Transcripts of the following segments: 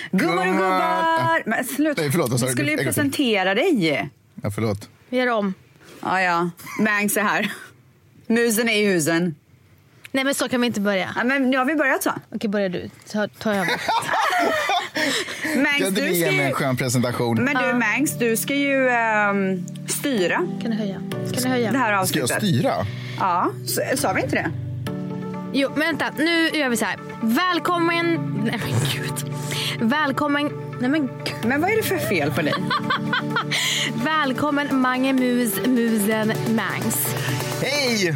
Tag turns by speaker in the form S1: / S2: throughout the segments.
S1: Gummor och gubbar! Men sluta,
S2: nej, förlåt,
S1: du skulle ju presentera dig.
S2: Ja, förlåt.
S3: Vi gör om.
S1: Ja. Mangs är här. Musen är i husen.
S3: Nej, men så kan vi inte börja.
S1: Ja, men nu har vi börjat så.
S3: Okej, börja du. Ta över.
S1: Mangs,
S2: Kan du ge mig en skön presentation?
S1: Men du, Mangs, du ska ju styra.
S3: Kan du höja? Det
S1: här
S2: Ska
S1: avsnittet.
S2: jag styra?
S1: Ja, sa vi inte det?
S3: Jo, men vänta. Nu gör vi så här. Välkommen... Nej, men gud. Välkommen... Nej, men gud.
S1: Men vad är det för fel på dig?
S3: Välkommen Mange Musen Mangs.
S2: Hej!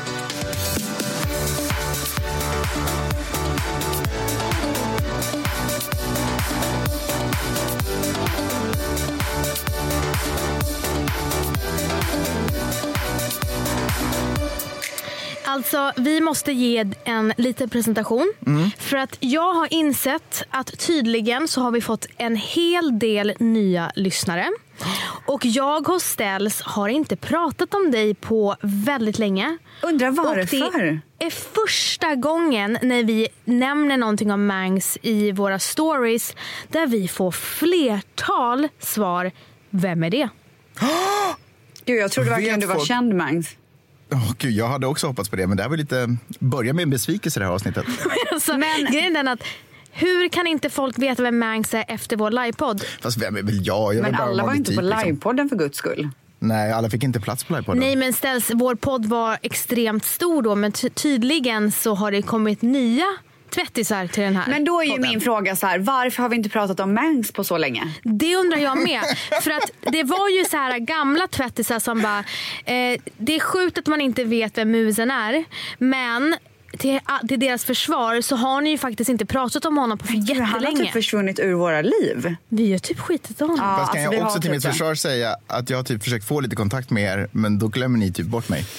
S3: Alltså, vi måste ge en liten presentation. För att jag har insett att tydligen så har vi fått en hel del nya lyssnare. Och jag hos Ställs har inte pratat om dig på väldigt länge.
S1: Undrar varför?
S3: Och det är första gången när vi nämner någonting om Mangs i våra stories där vi får flertal svar. Vem är det?
S1: Gud, jag trodde verkligen du var känd, Mangs.
S2: Gud, jag hade också hoppats på det, men det här var lite... Börja med en besvikelse det här avsnittet.
S3: Alltså, men grejen är den att hur kan inte folk veta vem Mangs är efter vår livepodd?
S2: Fast vem är väl jag?
S1: Men alla var inte på
S2: liksom.
S1: livepodden för guds skull.
S2: Nej, alla fick inte plats på livepodden.
S3: Nej, men Ställs, vår podd var extremt stor då, men tydligen så har det kommit nya tvättisar till den här.
S1: Men då är ju
S3: podden.
S1: min fråga så här, varför har vi inte pratat om Mangs på så länge?
S3: Det undrar jag med. För att det var ju så här gamla tvättisar som bara det är sjukt att man inte vet vem musen är, men till deras försvar så har ni ju faktiskt inte pratat om honom på jättelänge.
S1: Han har typ försvunnit ur våra liv.
S3: Vi har typ skitit om honom.
S1: Ja,
S2: Fast kan
S1: alltså,
S2: jag också
S1: har
S2: till mitt
S1: typ
S2: försvar säga att jag har typ försökt få lite kontakt med er, men då glömmer ni typ bort mig.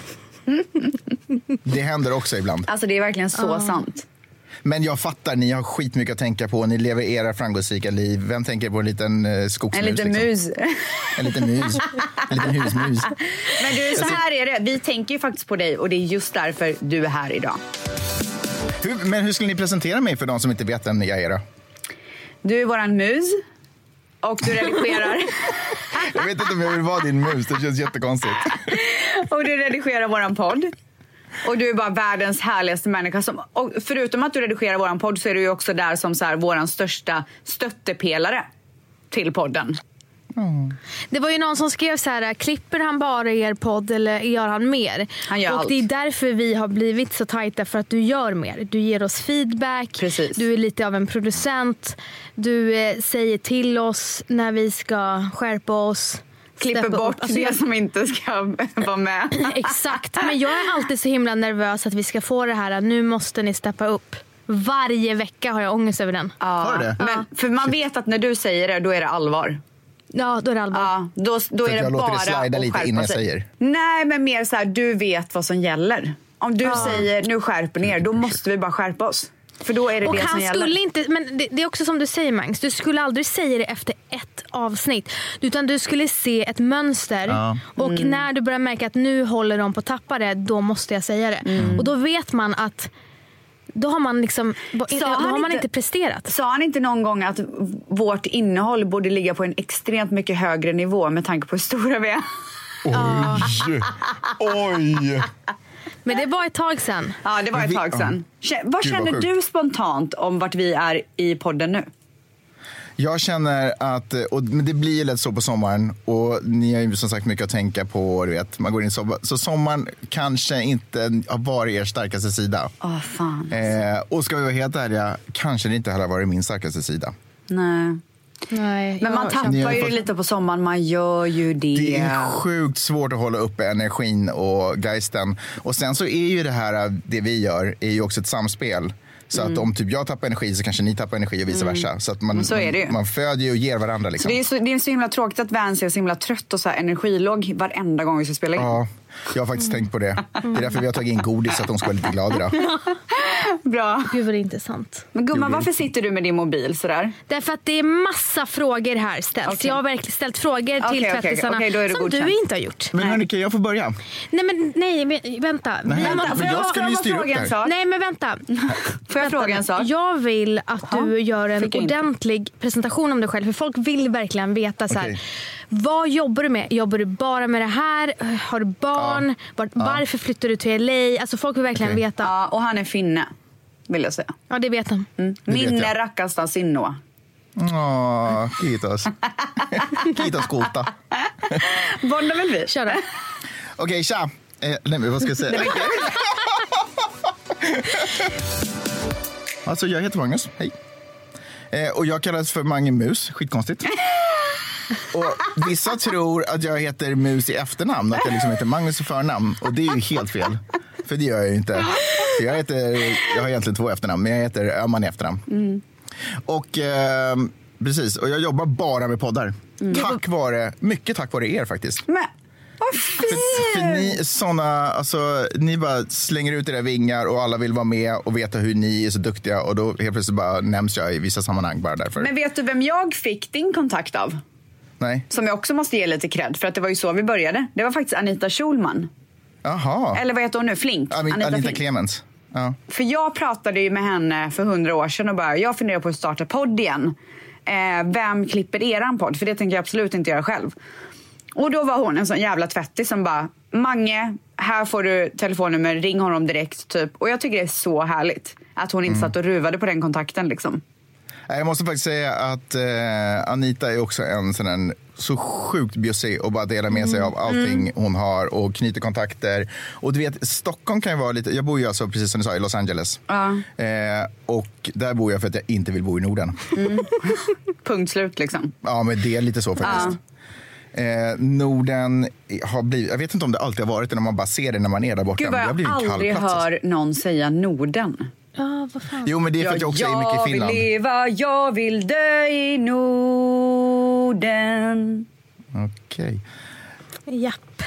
S2: Det händer också ibland.
S1: Alltså det är verkligen så sant.
S2: Men jag fattar, ni har skitmycket att tänka på. Ni lever era framgångsrika liv. Vem tänker på en liten skogsmus?
S1: En liten mus.
S2: En liten mus. En liten husmus.
S1: Men du, så här är det. Vi tänker ju faktiskt på dig och det är just därför du är här idag.
S2: Men hur skulle ni presentera mig för de som inte vet vem jag är då?
S1: Du är våran mus och du redigerar.
S2: Jag vet inte om jag vill vara din mus, det känns jättekonstigt.
S1: Och du redigerar våran podd. Och du är bara världens härligaste människa. Och förutom att du redigerar våran podd så är du ju också där som så här, våran största stöttepelare till podden.
S3: Det var ju någon som skrev så här: klipper han bara er podd eller gör han mer?
S1: Han gör
S3: och
S1: allt.
S3: det är därför vi har blivit så tajta, för att du gör mer. Du ger oss feedback.
S1: Precis.
S3: Du är lite av en producent. Du säger till oss när vi ska skärpa oss.
S1: Klipper bort
S3: alltså,
S1: det som inte ska vara med.
S3: Exakt, men jag är alltid så himla nervös att vi ska få det här. Nu måste ni steppa upp. Varje vecka har jag ångest över den.
S2: Har du det?
S1: Men, för man vet att när du säger det, då är det allvar.
S3: Ja, då är det allvar.
S1: Ja, då är det
S2: jag
S1: bara
S2: låter det slida
S1: att
S2: lite
S1: skärpa
S2: innan jag
S1: sig.
S2: säger.
S1: Nej, men mer så här, du vet vad som gäller. Om du säger nu skärper ner, då måste vi bara skärpa oss. För då är det
S3: Och
S1: det som
S3: han
S1: gäller.
S3: skulle inte, men det är också som du säger, Mangs, du skulle aldrig säga det efter ett avsnitt, utan du skulle se ett mönster. Och när du börjar märka att nu håller de på att tappa det, då måste jag säga det. Och då vet man att då har man liksom inte presterat.
S1: Sa han inte någon gång att vårt innehåll borde ligga på en extremt mycket högre nivå med tanke på hur stora vi är?
S2: Oj!
S3: Men det var ett tag sedan.
S1: Ja, det var ett tag sedan. Vad
S2: Gud,
S1: känner
S2: vad
S1: du spontant om vart vi är i podden nu?
S2: Jag känner att, men det blir ju lätt så på sommaren, och ni har ju som sagt mycket att tänka på, du vet, man går in så sommaren kanske inte har varit er starkaste sida.
S1: Fan.
S2: Och ska vi vara helt ärliga, kanske det inte heller varit min starkaste sida.
S1: Nej. Men man tappar ju lite på sommaren, man gör ju det.
S2: Det är sjukt svårt att hålla uppe energin och geisten. Och sen så är ju det här, det vi gör, är ju också ett samspel. Så att om typ jag tappar energi så kanske ni tappar energi och vice versa. Så att man föder ju och ger varandra liksom.
S1: Det är så himla tråkigt att Vans är så himla trött och så här energilåg varenda gång vi ska spela in.
S2: Ja, jag har faktiskt tänkt på det. Det är därför vi har tagit in godis, så att de ska vara lite glada idag.
S1: Bra.
S3: Gud vad det är intressant.
S1: Men gumman, varför sitter du med din mobil sådär?
S3: Därför att det är massa frågor här ställs.
S1: Okay.
S3: Jag har verkligen ställt frågor till tvättisarna
S1: som
S3: godkänt. Du inte har gjort.
S2: Men hörni, kan jag få börja?
S3: Nej, vänta.
S2: För jag skulle ju styra upp där.
S3: Nej, men vänta.
S1: Får jag fråga en sak?
S3: Jag vill att du gör en ordentlig presentation om dig själv. För folk vill verkligen veta så här. Vad jobbar du med? Jobbar du bara med det här? Har du barn? Varför flyttar du till LA? Alltså folk vill verkligen veta.
S1: Ja, och han är finne, vill jag säga.
S3: Ja, det vet han.
S1: Minne rackasta sinnoa.
S2: Kiitos. Kiitos kulta.
S1: Bonda väl vi?
S3: Kör då.
S2: Okej, tja. Nej, men vad ska jag säga? Alltså, jag heter Magnus. Hej. Och jag kallas för Mange Mus. Skitkonstigt. Och vissa tror att jag heter Mus i efternamn. Att jag liksom heter Magnus i förnamn. Och det är ju helt fel. För det gör jag ju inte. För jag har egentligen 2 efternamn. Men jag heter Öhman i efternamn. Och precis. Och jag jobbar bara med poddar. Mycket tack vare er faktiskt.
S1: Men vad fint!
S2: För ni såna, alltså, ni bara slänger ut era vingar och alla vill vara med och veta hur ni är så duktiga. Och då helt plötsligt bara nämns jag i vissa sammanhang bara därför.
S1: Men vet du vem jag fick din kontakt av?
S2: Nej.
S1: Som jag också måste ge lite cred, för att det var ju så vi började. Det var faktiskt Anita Schulman.
S2: Jaha.
S1: Eller vad heter hon nu? Flink?
S2: Anita Clemens. Ja.
S1: För jag pratade ju med henne för 100 år sedan och bara, jag funderar på att starta podd igen. Vem klipper eran podd? För det tänker jag absolut inte göra själv. Och då var hon en sån jävla tvättig som bara, Mange, här får du telefonnummer, ring honom direkt typ. Och jag tycker det är så härligt att hon inte satt och ruvade på den kontakten liksom.
S2: Jag måste faktiskt säga att Anita är också en sån här så sjukt bjussig och bara delar med sig av allting hon har och knyter kontakter. Och du vet, Stockholm kan ju vara lite, jag bor ju alltså precis som du sa i Los Angeles. Och där bor jag för att jag inte vill bo i Norden.
S1: Punkt slut liksom.
S2: Ja, men det är lite så faktiskt. Norden har blivit, jag vet inte om det alltid har varit det när man bara ser det när man är där borta.
S1: Gud, jag aldrig hör någon säga Norden.
S3: Vad fan?
S2: Jo, men det är för att jag också är mycket i Finland.
S1: Jag vill leva, jag vill dö i Norden.
S2: Okej.
S3: Japp.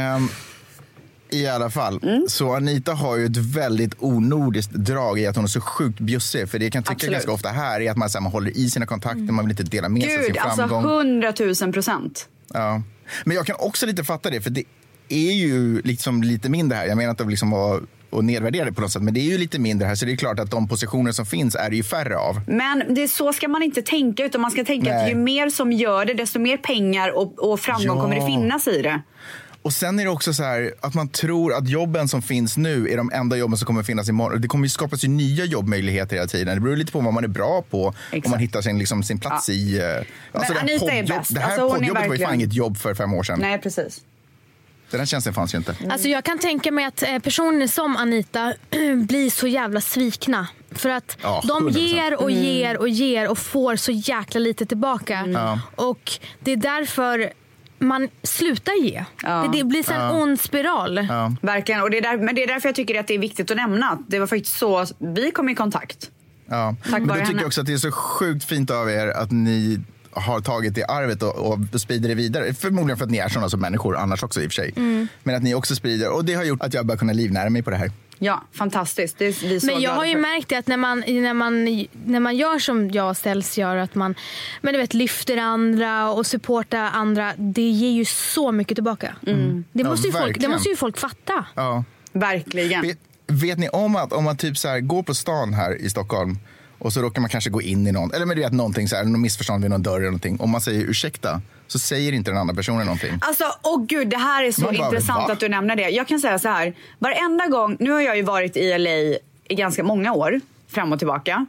S2: I alla fall. Så Anita har ju ett väldigt onordiskt drag i att hon är så sjukt bjussig. För det kan tycka ganska ofta här är att man håller i sina kontakter. Man vill inte dela med sig av sin framgång.
S1: Alltså 100,000%.
S2: Ja. Men jag kan också lite fatta det. För det är ju liksom lite mindre här. Jag menar inte liksom och nedvärdera det på något sätt. Men det är ju lite mindre här. Så det är klart att de positioner som finns är det ju färre av.
S1: Men det är så ska man inte tänka. Utan man ska tänka att ju mer som gör det, desto mer pengar och framgång kommer det finnas i det.
S2: Och sen är det också så här att man tror att jobben som finns nu är de enda jobben som kommer finnas imorgon. Det kommer ju skapas ju nya jobbmöjligheter hela tiden. Det beror lite på vad man är bra på. Exakt. Om man hittar sin plats i... Alltså
S1: men Anita är bäst.
S2: Det här poddjobbet var ju fan inget jobb för 5 år sedan.
S1: Nej, precis.
S2: Den här känslan fanns ju inte.
S3: Alltså jag kan tänka mig att personer som Anita blir så jävla svikna. För att de ger och ger och ger och får så jäkla lite tillbaka. Och det är därför man slutar ge. Det blir så en ond spiral.
S1: Verkligen. Och men det är därför jag tycker att det är viktigt att nämna. Det var faktiskt så vi kom i kontakt.
S2: Ja. Men jag tycker också att det är så sjukt fint av er att ni har tagit det arvet och sprider det vidare. Förmodligen för att ni är sådana som människor annars också i och för sig. Men att ni också sprider. Och det har gjort att jag börjar kunna livnära mig på det här.
S1: Ja, fantastiskt. Det är vi så
S3: men jag har ju märkt det att när man gör som jag ställs gör, att man lyfter andra och supportar andra, det ger ju så mycket tillbaka. Det måste ju folk fatta.
S2: Ja.
S1: Verkligen.
S2: Vet ni om att om man typ så här går på stan här i Stockholm och så råkar man kanske gå in i någon, eller men du vet någonting så här, någon missförstånd vid någon dörr eller någonting. Om man säger ursäkta, så säger inte den andra personen någonting.
S1: Alltså, gud, det här är så intressant att du nämner det. Jag kan säga så här, varenda gång, nu har jag ju varit i LA i ganska många år, fram och tillbaka.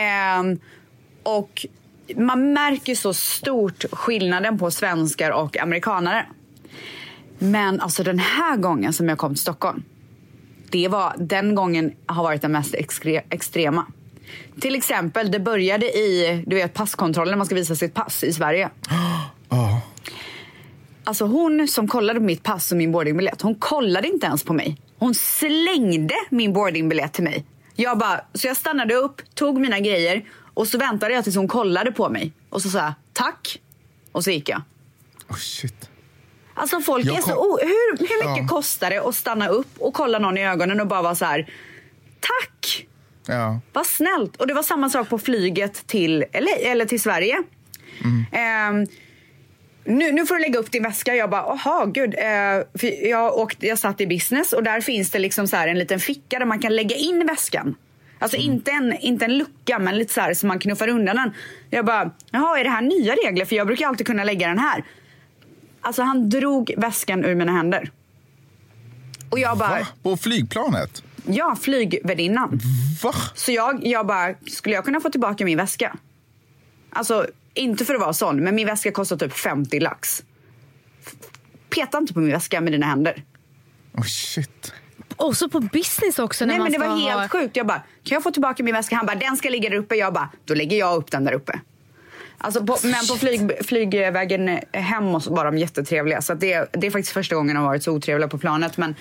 S1: Och man märker så stort skillnaden på svenskar och amerikanare. Men alltså den här gången som jag kom till Stockholm, den gången har varit den mest extrema. Till exempel, det började i passkontrollen när man ska visa sitt pass i Sverige. Alltså hon som kollade på mitt pass och min boardingbiljett, hon kollade inte ens på mig. Hon slängde min boardingbiljett till mig. Så jag stannade upp, tog mina grejer och så väntade jag tills hon kollade på mig. Och så sa jag, tack. Och så gick jag.
S2: Shit.
S1: Alltså folk är så... Hur mycket kostar det att stanna upp och kolla någon i ögonen och bara vara så här, tack.
S2: Ja.
S1: Vad snällt. Och det var samma sak på flyget till LA, eller till Sverige. Nu får du lägga upp din väska. Jag bara, aha, gud. För jag satt i business och där finns det liksom så här en liten ficka där man kan lägga in väskan. Alltså inte en lucka, men lite så här så man knuffar undan den. Jag bara, jaha, är det här nya regler? För jag brukar alltid kunna lägga den här. Alltså han drog väskan ur mina händer. Och jag bara...
S2: Va? På flygplanet?
S1: Ja, flygvärdinnan.
S2: Va?
S1: Så jag bara, skulle jag kunna få tillbaka min väska? Alltså, inte för att vara sån, men min väska kostar typ 50 lax. Peta inte på min väska med dina händer.
S2: Oh shit.
S3: Och så på business också. När
S1: Nej,
S3: man
S1: men det var helt sjukt. Jag bara, kan jag få tillbaka min väska? Han bara, den ska ligga där uppe. Jag bara, då lägger jag upp den där uppe. Alltså men på flygvägen hem var de jättetrevliga. Så att det är faktiskt första gången de har varit så otrevliga på planet. Men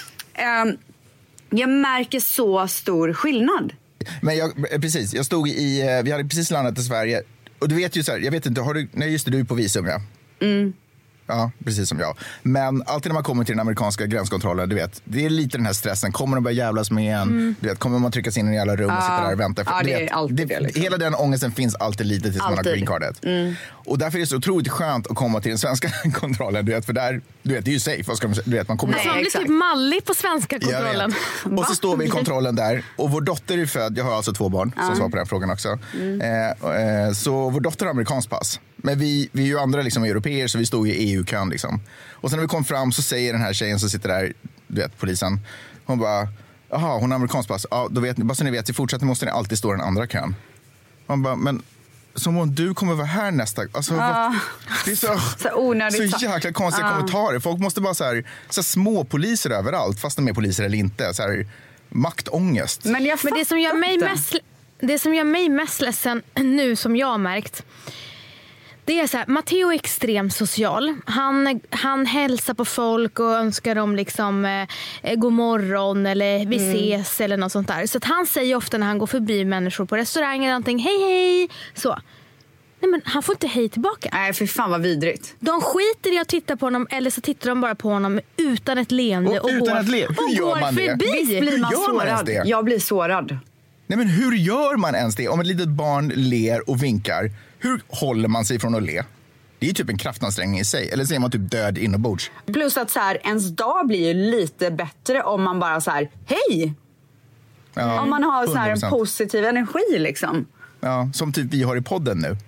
S1: jag märker så stor skillnad.
S2: Men jag stod vi hade precis landat i Sverige. Och du vet ju så här, jag vet inte, nej just det, du är på visum, ja. Ja, precis som jag. Men alltid när man kommer till den amerikanska gränskontrollen, du vet, det är lite den här stressen. Kommer de börja jävlas med en? Du vet, kommer man tryckas in i en jävla rum och sitta där och vänta?
S1: Ja, det är alltid det liksom.
S2: Hela den ångesten finns alltid lite tills man har greencardet. Och därför är det så otroligt skönt att komma till den svenska kontrollen, du vet, för där, du vet, det är ju safe. Vad ska man, du vet, man kommer
S3: man blir typ mallig på svenska kontrollen.
S2: Och så står vi i kontrollen där och vår dotter är född, jag har alltså 2 barn som svar på den frågan också. Så vår dotter har amerikansk pass. Men vi är ju andra liksom europeer, så vi stod i EU-kön liksom. Och sen när vi kom fram så säger den här tjejen som sitter där, du vet, polisen, hon bara, jaha, hon har amerikansk pass. Ja, då vet ni, bara så ni vet, i fortsättningen måste ni alltid stå i den andra kön. Man bara, men som om du kommer vara här nästa, alltså det är så onödigt, så jäkla konstiga kommentarer. Folk måste bara så här små poliser överallt, fast de är poliser eller inte, så här maktångest.
S3: Men det som gör mig mest ledsen nu, som jag har märkt, det är så här, Matteo är extremt social. Han hälsar på folk och önskar dem liksom god morgon eller vi ses eller något sånt där. Så att han säger ofta när han går förbi människor på restaurang eller någonting, hej. Så. Nej, men han får inte hej tillbaka.
S1: Nej, för fan vad vidrigt.
S3: De skiter i att titta på honom, eller så tittar de bara på honom utan ett leende och
S2: utan ett leende. Hur gör man
S3: förbi.
S2: Det?
S1: Visst blir man sårad. Jag blir sårad.
S2: Nej, men hur gör man ens det? Om ett litet barn ler och vinkar, hur håller man sig från att le? Det är ju typ en kraftansträngning i sig. Eller så är man typ död inombords.
S1: Plus att så här, ens dag blir ju lite bättre om man bara så här, hej! Ja, om man har så här en positiv energi liksom.
S2: Ja, som typ vi har i podden nu.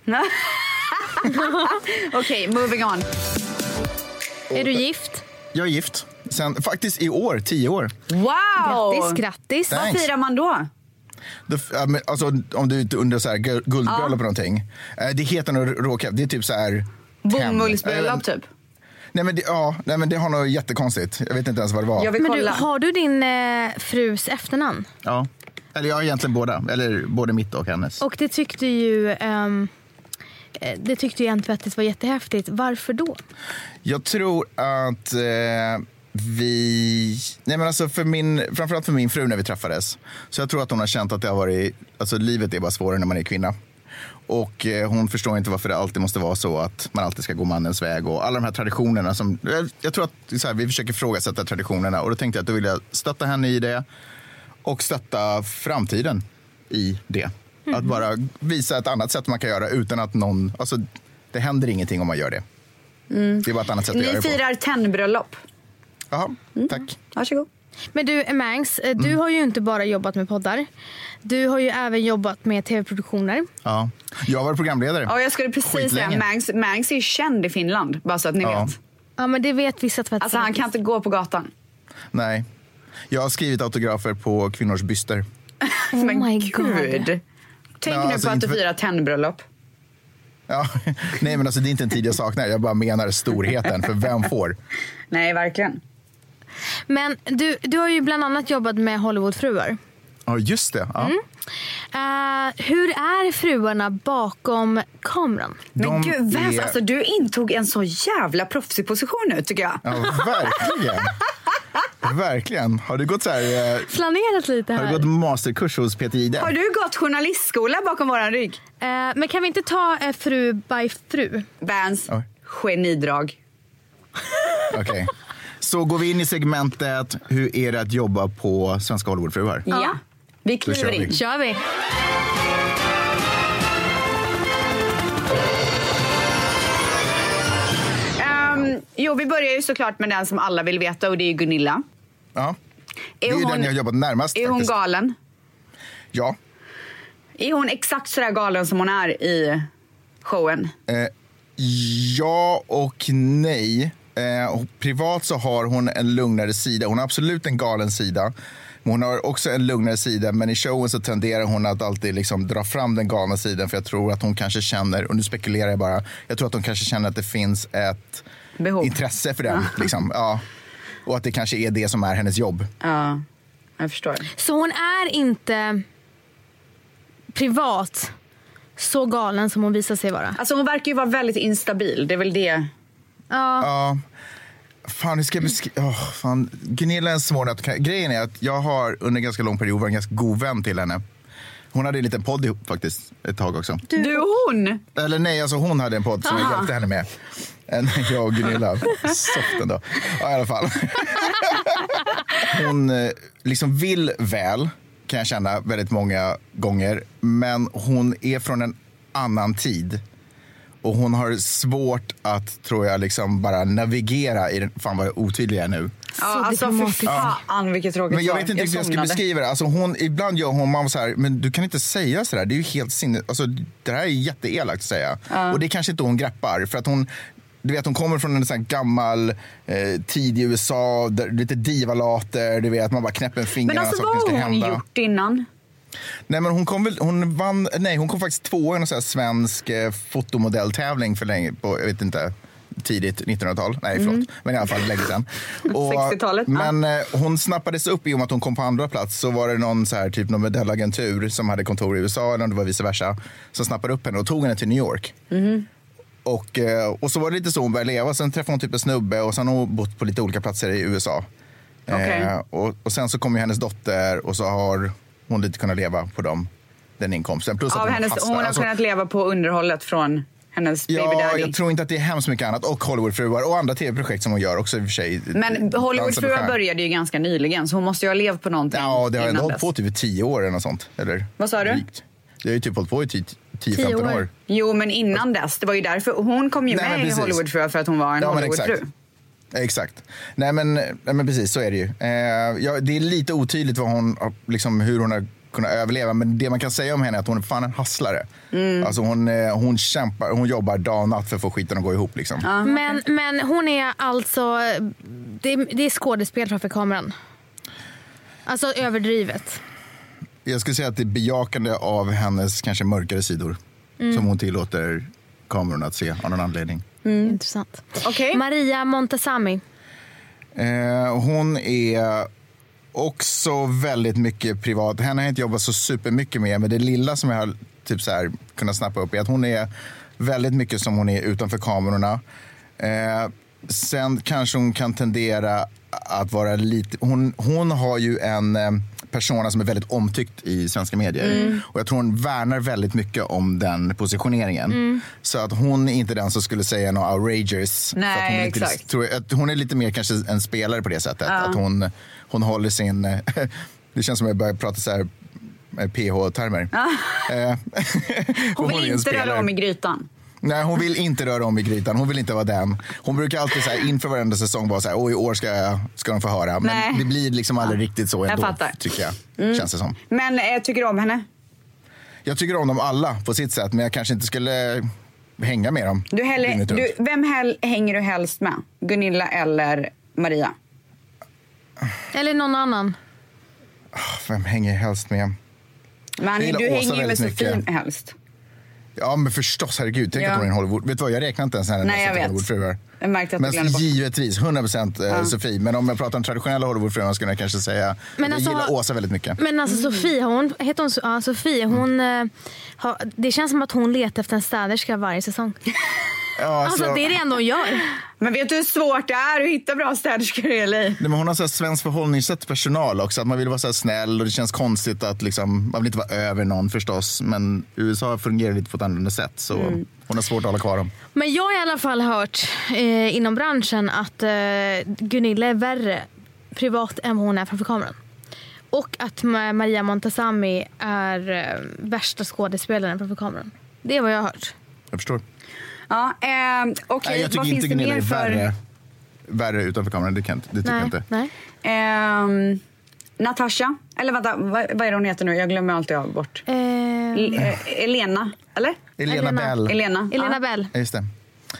S1: Okej, moving on.
S3: Är du gift?
S2: Jag är gift. Sen faktiskt i år, 10 år.
S1: Wow!
S3: Grattis.
S2: Thanks.
S1: Vad firar man då?
S2: Alltså, om du är under så här guldbröllop på någonting. Det heter nog råkap. Det är typ så här
S1: bomullsbröllop typ.
S2: Nej men det har nog jättekonstigt. Jag vet inte ens vad det var.
S3: Men du, har du din frus efternamn?
S2: Ja. Eller jag har egentligen båda. Eller både mitt och hennes.
S3: Och det tyckte ju Ann Tvettis var jättehäftigt. Varför då?
S2: Jag tror att framförallt för min fru när vi träffades. Så jag tror att hon har känt att det har varit, alltså livet är bara svårare när man är kvinna. Och hon förstår inte varför det alltid måste vara så att man alltid ska gå mannens väg. Och alla de här traditionerna som, jag tror att så här, vi försöker frågasätta traditionerna. Och då tänkte jag att då vill jag stötta henne i det. Och stötta framtiden i det. Att bara visa ett annat sätt man kan göra utan att någon, alltså det händer ingenting om man gör det. Det är bara ett annat sätt att göra det på.
S1: Ni firar tennbröllop.
S2: Jaha, tack.
S1: Varsågod.
S3: Men du, Mangs, du har ju inte bara jobbat med poddar. Du har ju även jobbat med tv-produktioner.
S2: Ja, jag var programledare.
S1: Ja, jag skulle precis säga, Mangs är känd i Finland, bara så att ni vet.
S3: Ja, men det vet vissa tvättar.
S1: Alltså han kan inte gå på gatan.
S2: Nej, jag har skrivit autografer på kvinnors byster.
S3: Oh my god.
S1: Tänk nu på att du firar tennbröllop.
S2: Ja, nej men alltså det är inte en tid jag saknar. Jag bara menar storheten, för vem får?
S1: Nej, verkligen.
S3: Men du har ju bland annat jobbat med Hollywoodfruar.
S2: Ja, just det. Ja.
S3: Hur är fruarna bakom kameran?
S1: Men gud, alltså, du intog en så jävla proffsig position nu, tycker jag.
S2: Ja, verkligen. Verkligen. Har du gått så här...
S3: Flanerat lite här.
S2: Har du gått masterkurs hos Peter Jihde?
S1: Har du gått journalistskola bakom våran rygg?
S3: Men kan vi inte ta fru by fru?
S1: Vans, genidrag.
S2: Okej. Så går vi in i segmentet, hur är det att jobba på Svenska Hollywoodfruar?
S1: Ja. Vi kliver in.
S3: Kör vi.
S1: Vi börjar ju såklart med den som alla vill veta, och det är Gunilla.
S2: Ja. Det är den jag har jobbat närmast.
S1: Är hon galen?
S2: Ja.
S1: Är hon exakt så där galen som hon är i showen?
S2: Ja och nej. Privat så har hon en lugnare sida. Hon har absolut en galen sida. Men hon har också en lugnare sida. Men i showen så tenderar hon att alltid liksom dra fram den galna sidan. För jag tror att hon kanske känner, och nu spekulerar jag bara, jag tror att hon kanske känner att det finns ett behov, intresse för den. Liksom. Ja. Och att det kanske är det som är hennes jobb.
S1: Ja, jag förstår.
S3: Så hon är inte privat så galen som hon visar sig vara?
S1: Alltså hon verkar ju vara väldigt instabil, det är väl det.
S3: Ja.
S2: Fan, hur ska jag beskriva? Gunilla är en svår nöt. Grejen är att jag har under en ganska lång period varit en ganska god vän till henne. Hon hade en liten podd ihop faktiskt ett tag också.
S1: Du och hon?
S2: Eller nej, alltså hon hade en podd som jag hjälpte henne med. Jag och Gunilla. Soften då. Ja, i alla fall. Hon liksom vill väl, kan jag känna väldigt många gånger. Men hon är från en annan tid. Och hon har svårt att, tror jag, liksom bara navigera i den. Fan vad otydlig jag är nu.
S1: Ja, alltså för fan vilket tråkigt.
S2: Men jag vet inte hur jag ska beskriva det. Alltså ibland gör hon, man så här, men du kan inte säga så där. Det är ju helt sinne. Alltså det här är jätteelakt att säga. Och det är kanske inte hon greppar. För att hon, du vet, hon kommer från en sån här gammal tid i USA. Där, lite divalater, du vet, man bara knäpper en finger.
S1: Men alltså vad har hon gjort innan?
S2: Nej, men hon kom faktiskt tvåa i en sån här svensk fotomodelltävling för länge på, jag vet inte, tidigt 1900-tal. Nej, förlåt. Men i alla fall länge sedan.
S1: 60-talet.
S2: Men hon snappades upp i och med att hon kom på andra plats. Så var det någon så här typ någon modellagentur som hade kontor i USA, eller om det var vice versa, som snappade upp henne och tog henne till New York. Och så var det lite så hon började leva. Sen träffade hon typ en snubbe och sen har hon bott på lite olika platser i USA. Och sen så kom ju hennes dotter och så har hon lite kunnat leva på den inkomsten. Plus att
S1: hon har kunnat leva på underhållet från hennes baby daddy.
S2: Jag tror inte att det är hemskt mycket annat. Och Hollywoodfruar och andra tv-projekt som hon gör också i och för sig.
S1: Men Hollywoodfruar började ju ganska nyligen, så hon måste ju ha levt på någonting.
S2: Ja, det har ändå hållit på typ i 10 år eller något sånt. Eller?
S1: Vad sa du?
S2: Det har ju typ hållit på i 10-15 år.
S1: Jo, men innan dess. Det var ju därför. Hon kom ju med i Hollywoodfruar för att hon var en Hollywoodfru.
S2: Exakt. Nej men precis, så är det ju. Det är lite otydligt vad liksom, hur hon har kunnat överleva, men det man kan säga om henne är att hon är fan en hustlare. Alltså hon kämpar, hon jobbar dag och natt för att få skiten att gå ihop liksom.
S3: Men hon är alltså det är skådespel framför kameran. Alltså överdrivet.
S2: Jag skulle säga att det är bejakande av hennes kanske mörkare sidor som hon tillåter kamerorna att se av någon anledning.
S3: Intressant.
S1: Okay.
S3: Maria Montazami.
S2: Hon är också väldigt mycket privat. Henne har jag inte jobbat så supermycket med, men det lilla som jag har typ så här kunnat snappa upp är att hon är väldigt mycket som hon är utanför kamerorna. Sen kanske hon kan tendera att vara lite... Hon har ju en persona som är väldigt omtyckt i svenska medier. Och jag tror hon värnar väldigt mycket om den positioneringen. Så att hon är inte den som skulle säga något outrageous.
S1: Nej,
S2: exakt. Hon är lite mer kanske en spelare på det sättet. Att hon håller sin... Det känns som att jag börjar prata så här PH-termer.
S1: Hon vill inte röra om i grytan.
S2: Nej, hon vill inte röra om i grytan. Hon vill inte vara den. Hon brukar alltid så här, inför varenda säsong vara så här, i år ska de få höra. Men det blir liksom aldrig riktigt så ändå, tycker jag. Känns det som.
S1: Men tycker du om henne?
S2: Jag tycker om dem alla på sitt sätt, men jag kanske inte skulle hänga med dem.
S1: Vem hänger du helst med? Gunilla eller Maria?
S3: Eller någon annan?
S2: Vem hänger jag helst med?
S1: Men du hänger ju med Sofie helst.
S2: Ja, men förstås, herregud. Tänk att hon är en Hollywood. Vet du vad, jag räknar inte ens här.
S1: Nej, jag vet.
S2: Hollywoodfruar.
S1: Jag märkte att
S2: men givetvis, 100% Sofie. Men om jag pratar om traditionella Hollywoodfruar skulle jag kanske säga jag gillar Åsa väldigt mycket.
S3: Men alltså Sofie, Sofie, det känns som att hon letar efter en städerska varje säsong.
S2: Ja,
S3: alltså det är det ändå hon gör.
S1: Men vet du hur svårt det är att hitta bra städerskor i LA?
S2: Nej, men hon har så här svensk förhållningssätt personal också. Att man vill vara så här snäll och det känns konstigt att liksom, man vill inte vara över någon förstås. Men USA fungerar lite på ett annat sätt. Så hon har svårt att hålla kvar dem.
S3: Men jag har i alla fall hört inom branschen att Gunilla är värre privat än vad hon är framför kameran. Och att Maria Montazami är värsta skådespelaren framför kameran. Det är vad jag har hört.
S2: Jag förstår.
S1: Ja, okej.
S2: Jag tycker inte Gunilla är värre utanför kameran. Det tycker jag inte.
S3: Nej.
S1: Natasha, eller vänta, vad är det hon heter nu? Jag glömmer alltid bort. Elena, eller?
S2: Elena Bell.
S3: Elena Bell.
S2: Just det.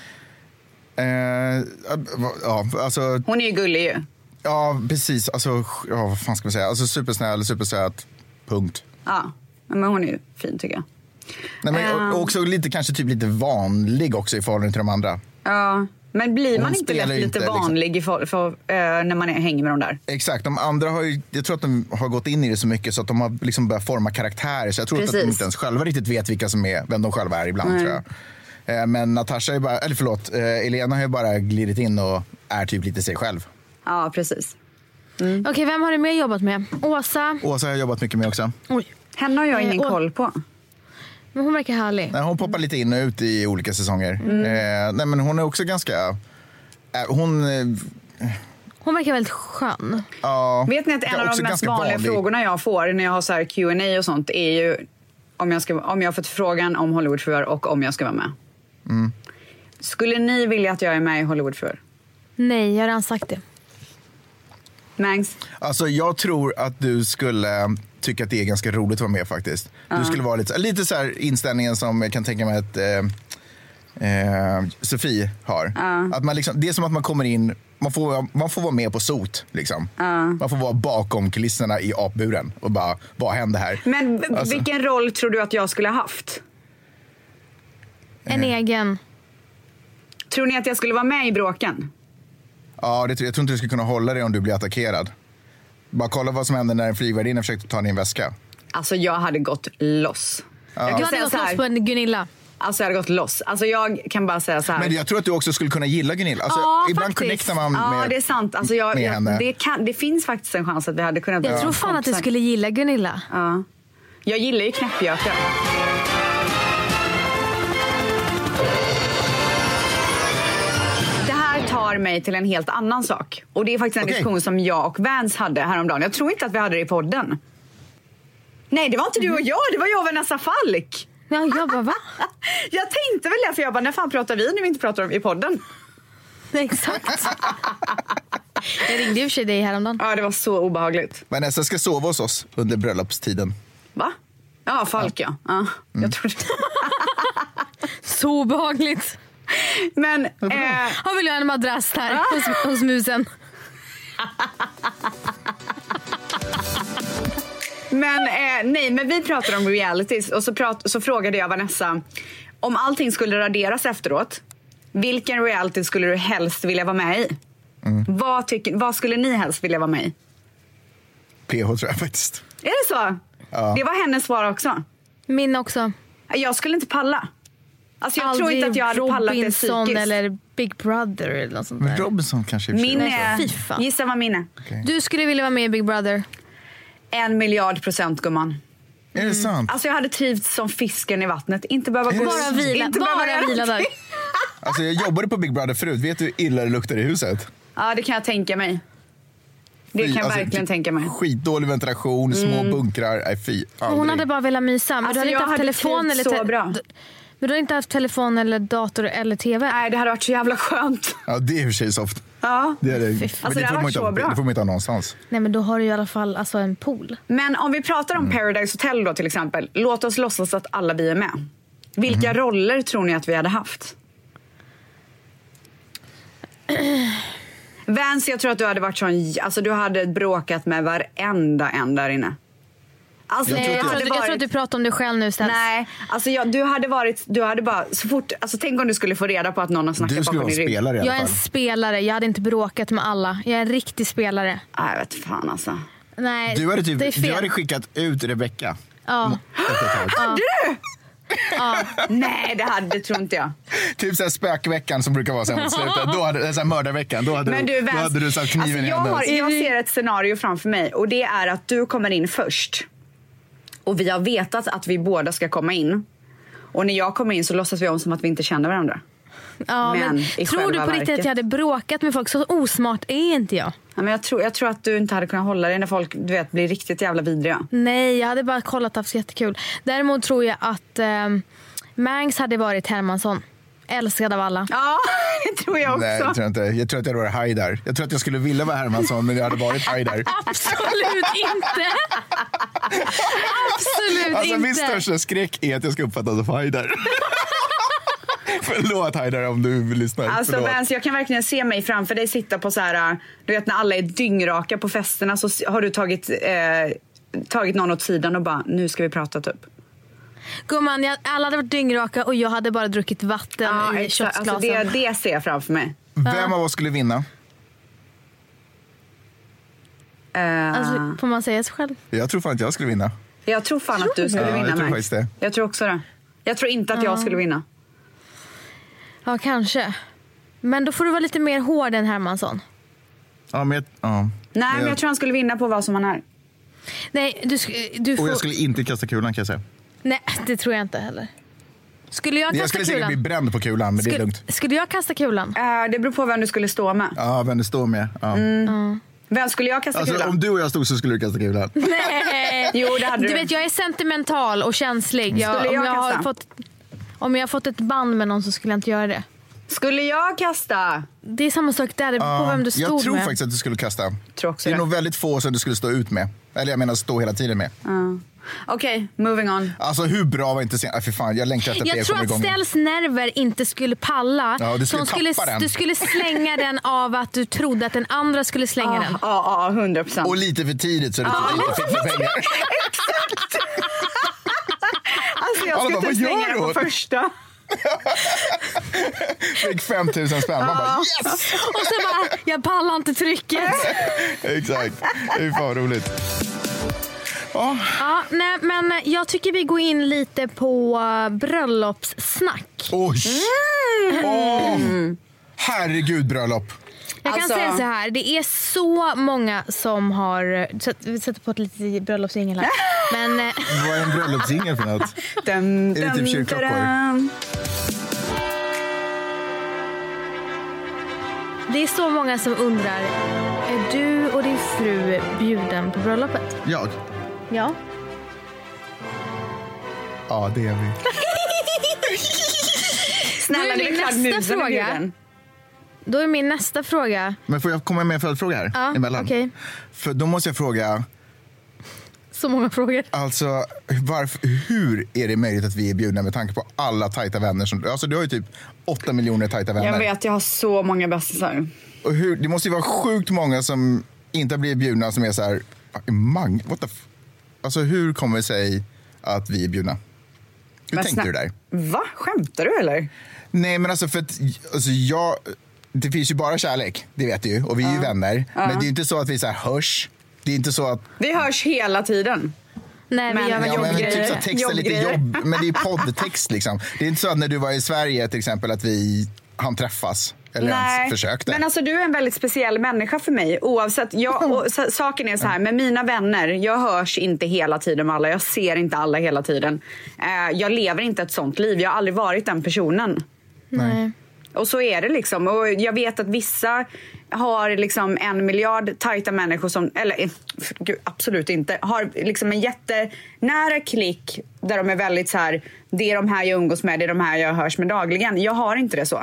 S2: Ja, alltså,
S1: hon är ju gullig ju.
S2: Ja, precis. Alltså, vad fan ska man säga? Alltså supersnäll, supersöt. Punkt.
S1: Ja, men hon är ju fin tycker jag.
S2: Nej, men också lite lite vanlig också i förhållande till de andra.
S1: Ja, men blir man inte lite vanlig liksom, när man hänger med dem där?
S2: Exakt, de andra jag tror att de har gått in i det så mycket så att de har liksom börjat forma karaktärer. Så jag tror att de inte ens själva riktigt vet vem de själva är ibland, tror jag. Men Natasha är bara, Elena har ju bara glidit in och är typ lite sig själv.
S1: Ja, precis.
S3: Okej, vem har du mer jobbat med? Åsa
S2: har jag jobbat mycket med också.
S3: Oj.
S1: Henne har jag ingen koll på.
S3: Men hon verkar härlig.
S2: Nej, hon poppar lite in och ut i olika säsonger. Nej, men hon är också ganska... Hon
S3: verkar väldigt skön.
S1: Vet ni att en av de mest vanliga frågorna jag får när jag har så här Q&A och sånt är ju om jag har fått frågan om Hollywoodfruar och om jag ska vara med. Skulle ni vilja att jag är med i Hollywoodfruar?
S3: Nej, jag har redan sagt det.
S1: Mangs?
S2: Alltså jag tror att du skulle tycka att det är ganska roligt att vara med faktiskt. Du skulle vara lite så här inställningen som jag kan tänka mig att Sofie har. Att man liksom, det är som att man kommer in, man får vara med på sot liksom. Man får vara bakom kulisserna i apburen och bara, vad händer här?
S1: Men vilken roll tror du att jag skulle ha haft?
S3: En egen.
S1: Tror ni att jag skulle vara med i bråken?
S2: Ja, jag tror inte du skulle kunna hålla dig om du blir attackerad. Bara kolla vad som hände när en flygvärdinna försökte ta din väska.
S1: Alltså jag hade gått loss.
S3: Du hade gått loss på en Gunilla.
S1: Alltså jag hade gått loss. Alltså jag kan bara säga så här.
S2: Men jag tror att du också skulle kunna gilla Gunilla. Alltså, ibland connectar man med,
S1: det är sant. Alltså
S2: med henne.
S1: Det finns faktiskt en chans att vi hade kunnat...
S3: Jag tror fan att du skulle gilla Gunilla.
S1: Ja. Jag gillar ju knäppjökar. Det här tar mig till en helt annan sak. Och det är faktiskt en diskussion som jag och Vans hade häromdagen. Jag tror inte att vi hade det i podden. Nej, det var inte du och jag. Det var jag och Vanessa Falk.
S3: Ja, jag bara, va?
S1: Jag tänkte väl det, för jag bara, när fan pratar vi när vi inte pratar om i podden?
S3: Exakt. Jag ringde ju för sig dig häromdagen.
S1: Ja, det var så obehagligt.
S2: Vanessa ska sova hos oss under bröllopstiden.
S1: Va? Ja, Falk, ja. Jag tror det.
S3: Så obehagligt.
S1: Men...
S3: Han vill ha en madrass här hos musen.
S1: Men nej, men vi pratade om realities och så frågade jag Vanessa om allting skulle raderas efteråt. Vilken reality skulle du helst vilja vara med i? Vad skulle ni helst vilja vara med i?
S2: PH tror jag faktiskt.
S1: Är det så? Ja. Det var hennes svar också.
S3: Min också.
S1: Jag skulle inte palla. Alltså jag
S3: aldrig
S1: tror inte att jag hade pallat det
S3: Robinson
S1: psykiskt.
S3: Eller Big Brother eller något sånt där.
S2: Men Robinson kanske.
S1: Min är... Gissa vad min är.
S2: Okay.
S3: Du skulle vilja vara med i Big Brother.
S1: 1 miljard% gumman.
S2: Är det sant?
S1: Alltså jag hade trivts som fisken i vattnet. Inte behöva gå.
S3: Bara vila där.
S2: Alltså jag jobbade på Big Brother förut. Vet du hur illa det luktar i huset?
S1: Ja, det kan jag tänka mig. Det kan jag verkligen tänka mig.
S2: Skitdålig ventilation, små bunkrar. Nej, fy.
S3: Hon hade bara velat mysa. Men
S1: alltså,
S3: du hade inte haft telefon eller
S1: så bra.
S3: Men du har inte haft telefon eller dator eller tv?
S1: Nej, det hade varit så jävla skönt.
S2: Ja, det är i och för sig soft.
S1: Ja.
S2: Det är det.
S1: Alltså, det har varit så bra.
S2: Det får man inte ha någonstans.
S3: Nej, men då har du i alla fall alltså, en pool.
S1: Men om vi pratar om Paradise Hotel då till exempel. Låt oss låtsas att alla vi är med. Vilka roller tror ni att vi hade haft? Vance, jag tror att du hade varit sån... Alltså du hade bråkat med varenda en där inne. Alltså,
S3: jag tror att du pratar om dig själv nu istället.
S1: Nej, alltså du hade bara så fort, alltså tänk om du skulle få reda på att någon har snackat bakom din rygg.
S2: Du skulle vara en spelare i alla fall.
S3: Jag är en spelare, jag hade inte bråkat med alla. Jag är en riktig spelare.
S1: Jag vet fan alltså.
S3: Nej,
S2: du hade
S3: det är fel.
S2: Du hade skickat ut Rebecca.
S3: Ja.
S1: Hade du? Ja. Nej, det tror inte jag.
S2: Typ så här spökveckan som brukar vara så här mot slutet. Då hade så här mördarveckan. Då hade du satt kniven i handen.
S1: Jag ser ett scenario framför mig. Och det är att du kommer in först. Och vi har vetat att vi båda ska komma in. Och när jag kommer in så låtsas vi om som att vi inte känner varandra.
S3: Ja, men tror du på riktigt att jag hade bråkat med folk? Så osmart är inte jag.
S1: Ja, men jag tror att du inte hade kunnat hålla dig när folk blir riktigt jävla vidriga.
S3: Nej, jag hade bara kollat haft jättekul. Däremot tror jag att Mangs hade varit Hermansson. Älskad av alla.
S1: Ja, det tror jag också.
S2: Nej, jag tror inte. Jag tror att jag hade varit Haidar. Jag tror att jag skulle vilja vara Hermansson, men jag hade varit Haidar.
S3: Absolut inte. Absolut
S2: alltså,
S3: inte.
S2: Min största skräck är att jag ska uppfattas som Haidar. Förlåt Haidar om du lyssnar.
S1: Alltså Vance, jag kan verkligen se mig framför dig sitta på så här, du vet när alla är dyngraka på festerna, så har du tagit någon åt sidan och bara, nu ska vi prata typ.
S3: Gumman, alla hade varit dyngraka och jag hade bara druckit vatten i shotsglasen.
S1: Alltså det ser jag framför mig.
S2: Vem av oss skulle vinna?
S3: Alltså, får man säga sig själv?
S2: Jag tror fan att jag skulle vinna.
S1: Jag tror fan att du skulle vinna,
S2: jag tror
S1: Max.
S2: faktiskt det.
S1: Jag tror också det. Jag tror inte att jag skulle vinna.
S3: Ja, kanske. Men då får du vara lite mer hård än Hermansson.
S2: Ja, men
S1: Nej, men jag tror han skulle vinna på vad som han är.
S3: Nej, du får...
S2: Och jag skulle inte kasta kulan, kan jag säga.
S3: Nej, det tror jag inte heller. Skulle jag kasta
S2: jag skulle
S3: kulan?
S2: säkert bli bränd på kulan, men det är lugnt.
S3: Skulle jag kasta kulan?
S1: Det beror på vem du skulle stå med.
S2: Ja, vem du står med. Ja.
S1: Vem skulle jag kasta kulan?
S2: Om du och jag stod så skulle du kasta kulan.
S3: Nej.
S1: Jo, det hade
S3: du vet, jag är sentimental och känslig. Om jag har fått ett band med någon så skulle jag inte göra det.
S1: Skulle jag kasta?
S3: Det är samma sak där, på vem du stod med.
S2: Jag tror faktiskt att du skulle kasta. Det är nog väldigt få som du skulle stå ut med. Eller jag menar stå hela tiden med.
S1: Okej, moving on.
S2: Alltså hur bra var inte sen? För fan, jag längtar efter att
S3: jag tror att Stells nerver inte skulle palla.
S2: Ja, du
S3: skulle slänga den av att du trodde att den andra skulle slänga den.
S1: Ja, 100%.
S2: Och lite för tidigt så du inte fick för pengar.
S1: Exakt. Alltså jag skulle inte slänga den på första.
S2: Fick 5 000 spänn. Man bara yes!
S3: Och så bara, jag pallar inte trycket.
S2: Exakt, det är fan roligt.
S3: Ja, nej, men jag tycker vi går in lite på bröllopssnack.
S2: Oj! Herregud, bröllop.
S3: Jag kan säga så här, det är så många som har... Vi sätter på ett litet bröllopsingel här. Men,
S2: vad är en bröllopsingel för något? Är det typ kyrkklockor?
S3: Det är så många som undrar, är du och din fru bjuden på bröllopet?
S2: Jag?
S3: Ja.
S2: Ja, det är vi.
S1: Snälla, det är klart musen är bjuden.
S3: Då är min nästa fråga.
S2: Men får jag komma med en följdfråga här?
S3: Ja,
S2: emellan?
S3: Okay.
S2: För då måste jag fråga...
S3: Så många frågor.
S2: Alltså, hur är det möjligt att vi är bjudna med tanke på alla tajta vänner? Alltså, du har ju typ 8 miljoner tajta vänner.
S1: Jag vet, jag har så många bästisar.
S2: Och det måste ju vara sjukt många som inte har blivit bjudna som är så här... Alltså, hur kommer det sig att vi är bjudna? Hur tänkte du där?
S1: Va? Skämtar du eller?
S2: Nej, men alltså för att... Alltså, det finns ju bara kärlek, det vet du ju. Och vi är ju vänner. Men det är ju inte så att vi så här hörs. Det är inte så att...
S1: Vi hörs hela tiden.
S3: Nej, men jag
S2: men typ så texta lite jobb. Men det är poddtext liksom. Det är inte så att när du var i Sverige till exempel att han träffas. Eller ens försökte.
S1: Men alltså du är en väldigt speciell människa för mig. Oavsett, saken är så här, med mina vänner, jag hörs inte hela tiden med alla. Jag ser inte alla hela tiden. Jag lever inte ett sånt liv. Jag har aldrig varit den personen.
S3: Nej.
S1: Och så är det liksom. Och jag vet att vissa har liksom 1 miljard tajta människor som, eller gud, absolut inte, har liksom en jättenära klick där de är väldigt så här, det är de här jag umgås med, det är de här jag hörs med dagligen. Jag har inte det så.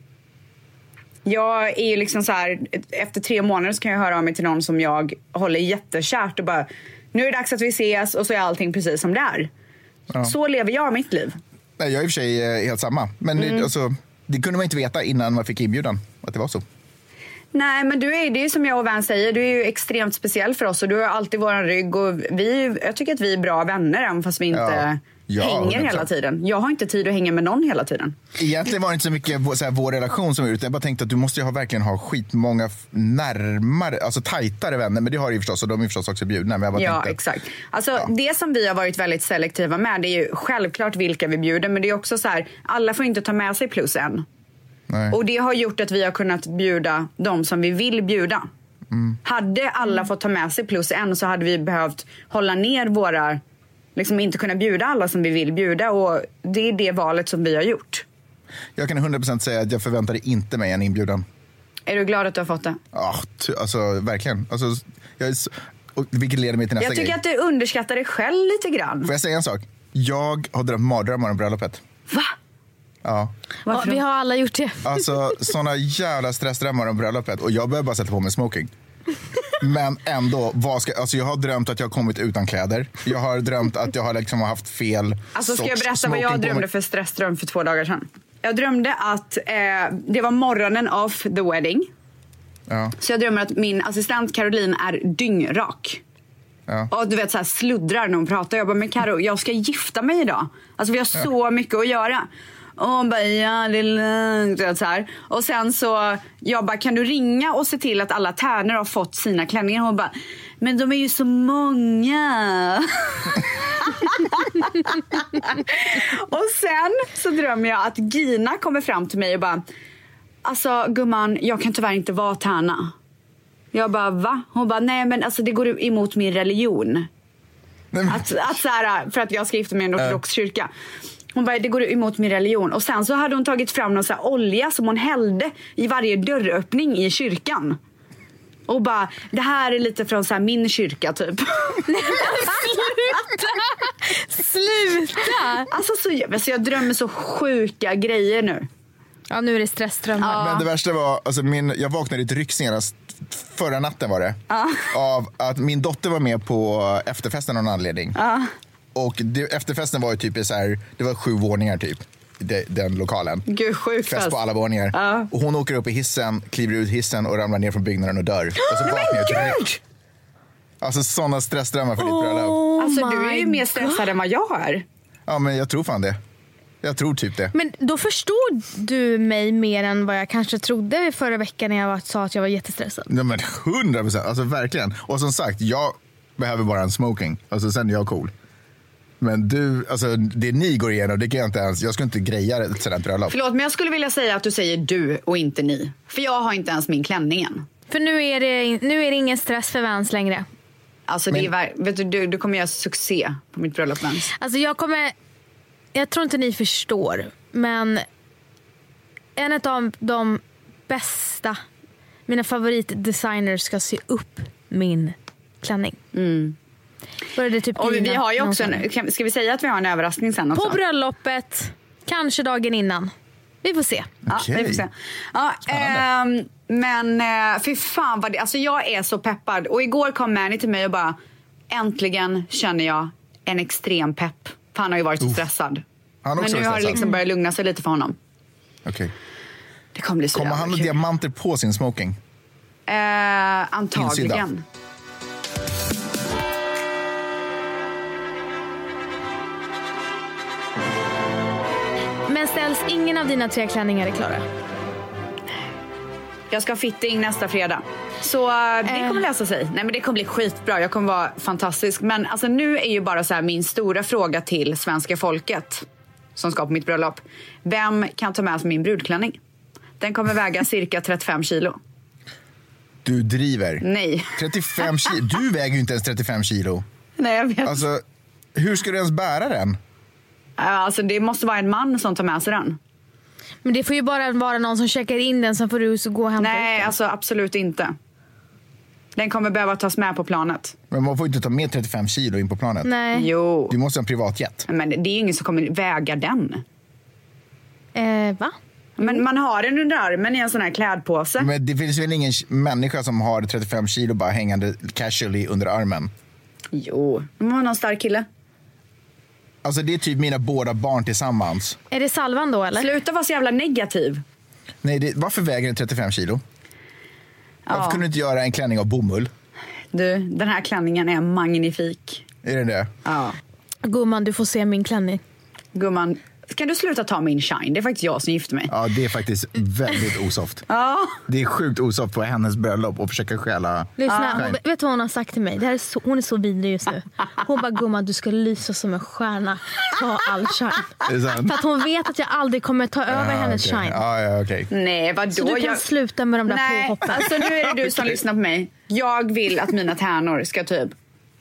S1: Jag är ju liksom så här, efter 3 månader så kan jag höra av mig till någon som jag håller jättekärt och bara, nu är det dags att vi ses, och så är allting precis som det är. Ja. Så lever jag mitt liv.
S2: Nej, jag är i och för sig helt samma. Men det kunde man inte veta innan man fick inbjudan att det var så.
S1: Nej, men det är ju som jag och Vän säger, du är ju extremt speciell för oss och du har alltid våran rygg, och jag tycker att vi är bra vänner även fast vi inte hänger hela tiden. Jag har inte tid att hänga med någon hela tiden. Egentligen var det inte så mycket vår relation som var ute. Jag bara tänkte att du måste ju verkligen ha skitmånga närmare, alltså tajtare vänner, men det har du ju förstås, och de är förstås också bjudna. Men jag bara tänkte, exakt. Alltså det som vi har varit väldigt selektiva med, det är ju självklart vilka vi bjuder, men det är också så här, alla får inte ta med sig +1. Nej. Och det har gjort att vi har kunnat bjuda de som vi vill bjuda. Hade alla fått ta med sig +1 så hade vi behövt hålla ner våra, liksom inte kunna bjuda alla som vi vill bjuda, och det är det valet som vi har gjort.
S2: Jag kan 100% säga att jag förväntade inte mig en inbjudan.
S1: Är du glad att du har fått det?
S2: Ja, alltså verkligen. Alltså, vilket leder mig till nästa
S1: grej. Jag tycker
S2: grej.
S1: att du underskattar dig själv lite grann.
S2: Får jag säga en sak? Jag har drömt mardrömmar om bröllopet.
S1: Va?
S2: Ja.
S3: Ja, vi har alla gjort det.
S2: Alltså såna jävla stressdrömmar om bröllopet. Och jag börjar bara sätta på mig smoking. Men ändå, alltså jag har drömt att jag har kommit utan kläder. Jag har drömt att jag har liksom haft fel.
S1: Alltså ska jag berätta vad jag drömde för stressdröm för 2 dagar sedan? Jag drömde att det var morgonen av the wedding.
S2: Ja.
S1: Så jag drömmer att min assistent Caroline är dyngrak.
S2: Ja. Och
S1: du vet så här sluddrar när hon pratar. Jag bara, men Karo, jag ska gifta mig idag. Alltså vi har så mycket att göra. Och hon bara, ja det är lugnt. Så här. Och sen så, jag bara, kan du ringa och se till att alla tärnor har fått sina klänningar? Hon bara, men de är ju så många. Och sen så drömmer jag att Gina kommer fram till mig och bara, alltså gumman, jag kan tyvärr inte vara tärna. Jag bara, va? Hon bara, nej men alltså det går emot min religion. Att så här, för att jag ska gifta mig i en ortodox kyrka. Hon bara, det går emot min religion. Och sen så hade hon tagit fram någon så här olja som hon hällde i varje dörröppning i kyrkan. Och bara, det här är lite från så här min kyrka typ.
S3: Sluta!
S1: Alltså så jag drömmer så sjuka grejer nu.
S3: Ja, nu är det stressdrömmar.
S2: Ja. Men det värsta var, alltså jag vaknade i ett ryck senast förra natten var det. Av att min dotter var med på efterfesten av någon anledning. Och efterfesten var ju typ så här, det var 7 våningar typ. Den lokalen.
S1: Gud, sjukt.
S2: Fest på alla våningar. Och hon åker upp i hissen, kliver ut hissen och ramlar ner från byggnaden och dör. Och så vaknar jag ett ryck. Alltså sådana stressdrömmar för ditt bröllop.
S1: Alltså du är ju mer stressad än vad jag är.
S2: Ja, men jag tror fan det. Jag tror typ det.
S3: Men då förstod du mig mer än vad jag kanske trodde förra veckan när jag sa att jag var jättestressad.
S2: Ja, men 100%, alltså verkligen. Och som sagt, jag behöver bara en smoking. Alltså sen är jag cool. Men du, alltså det ni går igenom, det kan jag inte ens, jag skulle inte greja ett sådant bröllop.
S1: Förlåt, men jag skulle vilja säga att du säger du och inte ni. För jag har inte ens min klänning än.
S3: För nu är det ingen stress för Vans längre.
S1: Alltså det är, vet du kommer göra succé på mitt bröllop, Vans.
S3: Alltså jag tror inte ni förstår, men en av de bästa, mina favoritdesigners ska sy upp min klänning. Typ
S1: och vi har ju också ska vi säga att vi har en överraskning sen också?
S3: På bröllopet, kanske dagen innan. Vi får se.
S1: Ja, vi får se. Ja, men fy fan vad det, alltså jag är så peppad. Och igår kom Manny till mig och bara, äntligen känner jag en extrem pepp. För han har ju varit så stressad. Men nu har det liksom börjat lugna sig lite för honom.
S2: Okej.
S1: Det kommer bli så.
S2: Kommer han med diamanter på sin smoking?
S1: Antagligen.
S2: Insida.
S3: Men ställs ingen av dina 3 klänningar är klara?
S1: Jag ska ha fitting nästa fredag. Så det kommer lösa sig. Nej, men det kommer bli skitbra. Jag kommer vara fantastisk. Men alltså, nu är ju bara så här min stora fråga till svenska folket som ska på mitt bröllop. Vem kan ta med sig min brudklänning? Den kommer väga cirka 35 kilo.
S2: Du driver?
S1: Nej.
S2: 35 kilo? Du väger ju inte ens 35 kilo.
S1: Nej, jag vet.
S2: Alltså, hur ska du ens bära den?
S1: Alltså, det måste vara en man som tar med sig den.
S3: Men det får ju bara vara någon som checkar in den, så får du så gå och hämta.
S1: Nej, alltså absolut inte. Den kommer behöva tas med på planet.
S2: Men man får inte ta med 35 kilo in på planet.
S3: Nej.
S1: Jo.
S2: Du måste ha en privatjet.
S1: Men det är ju ingen som kommer väga den.
S3: Va?
S1: Men man har den under armen i en sån här klädpåse.
S2: Men det finns väl ingen människa som har 35 kilo bara hängande casually under armen?
S1: Jo, man har någon stark kille.
S2: Alltså det är typ mina båda barn tillsammans.
S3: Är det salvan då eller?
S1: Sluta vara så jävla negativ.
S2: Nej, varför väger den 35 kilo? Varför kunde du inte göra en klänning av bomull?
S1: Du, den här klänningen är magnifik.
S2: Är det det?
S1: Ja.
S3: Gumman, du får se min klänning.
S1: Gumman, kan du sluta ta min shine? Det är faktiskt jag som gifter mig.
S2: Ja, det är faktiskt väldigt osoft.
S1: Ja.
S2: Det är sjukt osoft på hennes bröllop och försöka stjäla.
S3: Lyssna, vet du vad hon har sagt till mig? Det här är hon är så vidrig just nu. Hon bara, gumman, du ska lysa som en stjärna. Ta all shine. För att hon vet att jag aldrig kommer ta över hennes shine.
S2: Ja, okej.
S1: Nej, vadå?
S3: Så du kan sluta med de där påhoppen.
S1: Alltså nu är det du som lyssnar på mig. Jag vill att mina tärnor ska typ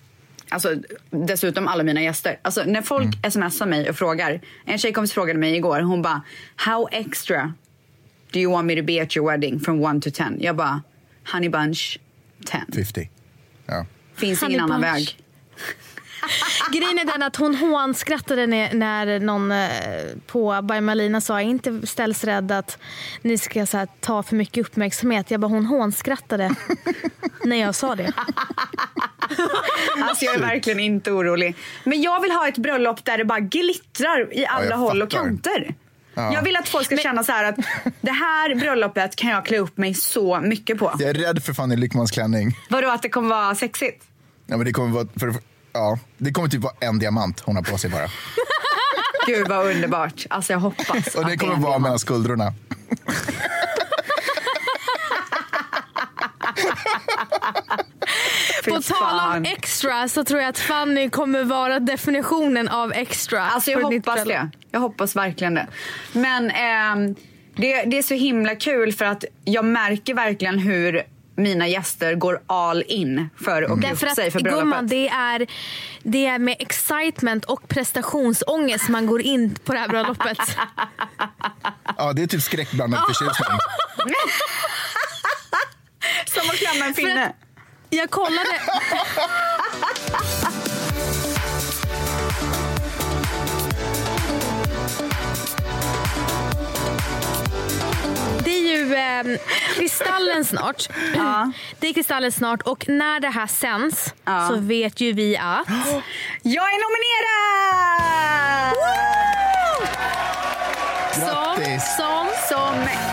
S1: Alltså dessutom alla mina gäster. Alltså när folk smsar mig och frågar. En tjejkompis frågade mig igår. Hon bara, how extra do you want me to be at your wedding from 1 to 10? Jag bara, honey bunch 10.
S2: 50. Ja.
S1: Finns ingen annan väg.
S3: Grejen är den att hon hånskrattade när någon på By Malina sa inte ställs rädd att ni ska så här, ta för mycket uppmärksamhet. Jag bara, hon hånskrattade när jag sa det.
S1: Alltså jag är verkligen inte orolig. Men jag vill ha ett bröllop där det bara glittrar i alla håll och kanter. Ja. Jag vill att folk ska känna så här att det här bröllopet kan jag klä upp mig så mycket på.
S2: Jag är rädd för Fanny Lyckmans klänning.
S1: Vadå, att det kommer vara sexigt?
S2: Ja, men det kommer vara... det kommer typ vara en diamant hon har på sig bara.
S1: Gud vad underbart. Alltså jag hoppas.
S2: Och det kommer vara mellan skuldrorna.
S3: På tal om extra så tror jag att Fanny kommer vara definitionen av extra.
S1: Alltså jag hoppas det. Jag hoppas verkligen det. Men det är så himla kul för att jag märker verkligen hur mina gäster går all in för att klä upp sig för bröllopet.
S3: Gumman, det är med excitement och prestationsångest man går in på det här bröllopet.
S2: Ja, det är typ skräckblandad förtjusning.
S1: Som att klämma en finne.
S3: Jag kollade... Det är ju Kristallen snart.
S1: Ja.
S3: Det är Kristallen snart och när det här sänds så vet ju vi att...
S1: Jag är nominerad!
S2: Grattis!
S1: Som